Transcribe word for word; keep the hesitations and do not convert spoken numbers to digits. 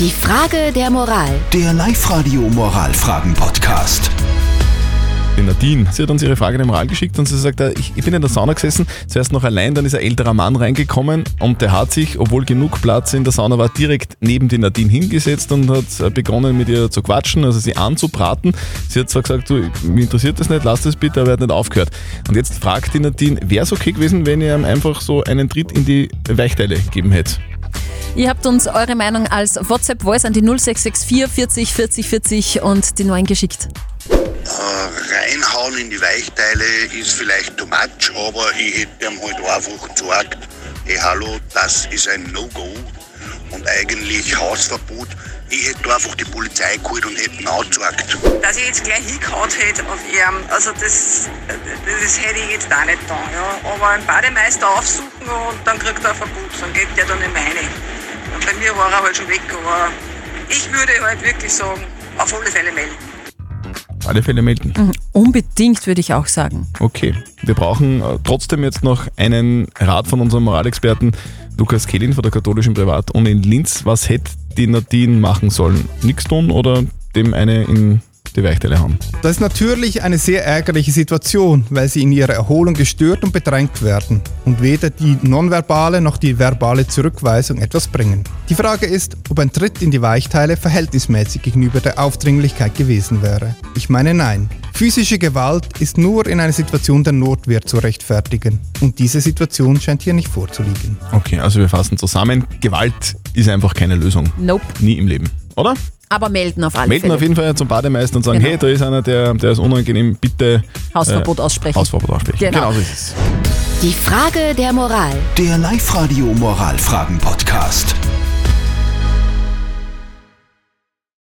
Die Frage der Moral. Der Live-Radio-Moralfragen-Podcast. Die Nadine, sie hat uns ihre Frage der Moral geschickt und sie sagt, ich bin in der Sauna gesessen, zuerst noch allein, dann ist ein älterer Mann reingekommen und der hat sich, obwohl genug Platz in der Sauna war, direkt neben die Nadine hingesetzt und hat begonnen mit ihr zu quatschen, also sie anzubraten. Sie hat zwar gesagt, du, mich interessiert das nicht, lass das bitte, aber er hat nicht aufgehört. Und jetzt fragt die Nadine, wäre es okay gewesen, wenn ihr ihm einfach so einen Tritt in die Weichteile gegeben hättet? Ihr habt uns eure Meinung als WhatsApp-Voice an die null sechs sechs vier vierzig vierzig vierzig und die neuen geschickt. Uh, reinhauen in die Weichteile ist vielleicht too much, aber ich hätte ihm halt einfach gesagt, hey hallo, das ist ein No-Go und eigentlich Hausverbot. Ich hätte einfach die Polizei geholt und hätte ihn angezeigt. Dass ich jetzt gleich hingehauen hätte auf ihn, also das, das hätte ich jetzt auch nicht getan. Ja. Aber einen Bademeister aufsuchen und dann kriegt er ein Verbot, dann geht der dann nicht mehr rein. Und bei mir war er halt schon weg, aber ich würde halt wirklich sagen, auf alle Fälle melden. Auf alle Fälle melden? Mhm, unbedingt, würde ich auch sagen. Okay, wir brauchen äh, trotzdem jetzt noch einen Rat von unserem Moralexperten Lukas Kehlin von der katholischen Privatuni in Linz. Was hätte die Nadine machen sollen? Nichts tun oder dem eine in die Weichteile hauen? Das ist natürlich eine sehr ärgerliche Situation, weil sie in ihrer Erholung gestört und bedrängt werden und weder die nonverbale noch die verbale Zurückweisung etwas bringen. Die Frage ist, ob ein Tritt in die Weichteile verhältnismäßig gegenüber der Aufdringlichkeit gewesen wäre. Ich meine nein. Physische Gewalt ist nur in einer Situation der Notwehr zu rechtfertigen und diese Situation scheint hier nicht vorzuliegen. Okay, also wir fassen zusammen, Gewalt ist einfach keine Lösung. Nope. Nie im Leben, oder? Aber melden auf alle melden Fälle. Melden auf jeden Fall zum Bademeister und sagen, genau. hey, da ist einer, der, der ist unangenehm, bitte Hausverbot äh, aussprechen. Hausverbot aussprechen. Genau. Genau so ist es. Die Frage der Moral. Der Live-Radio-Moralfragen-Podcast.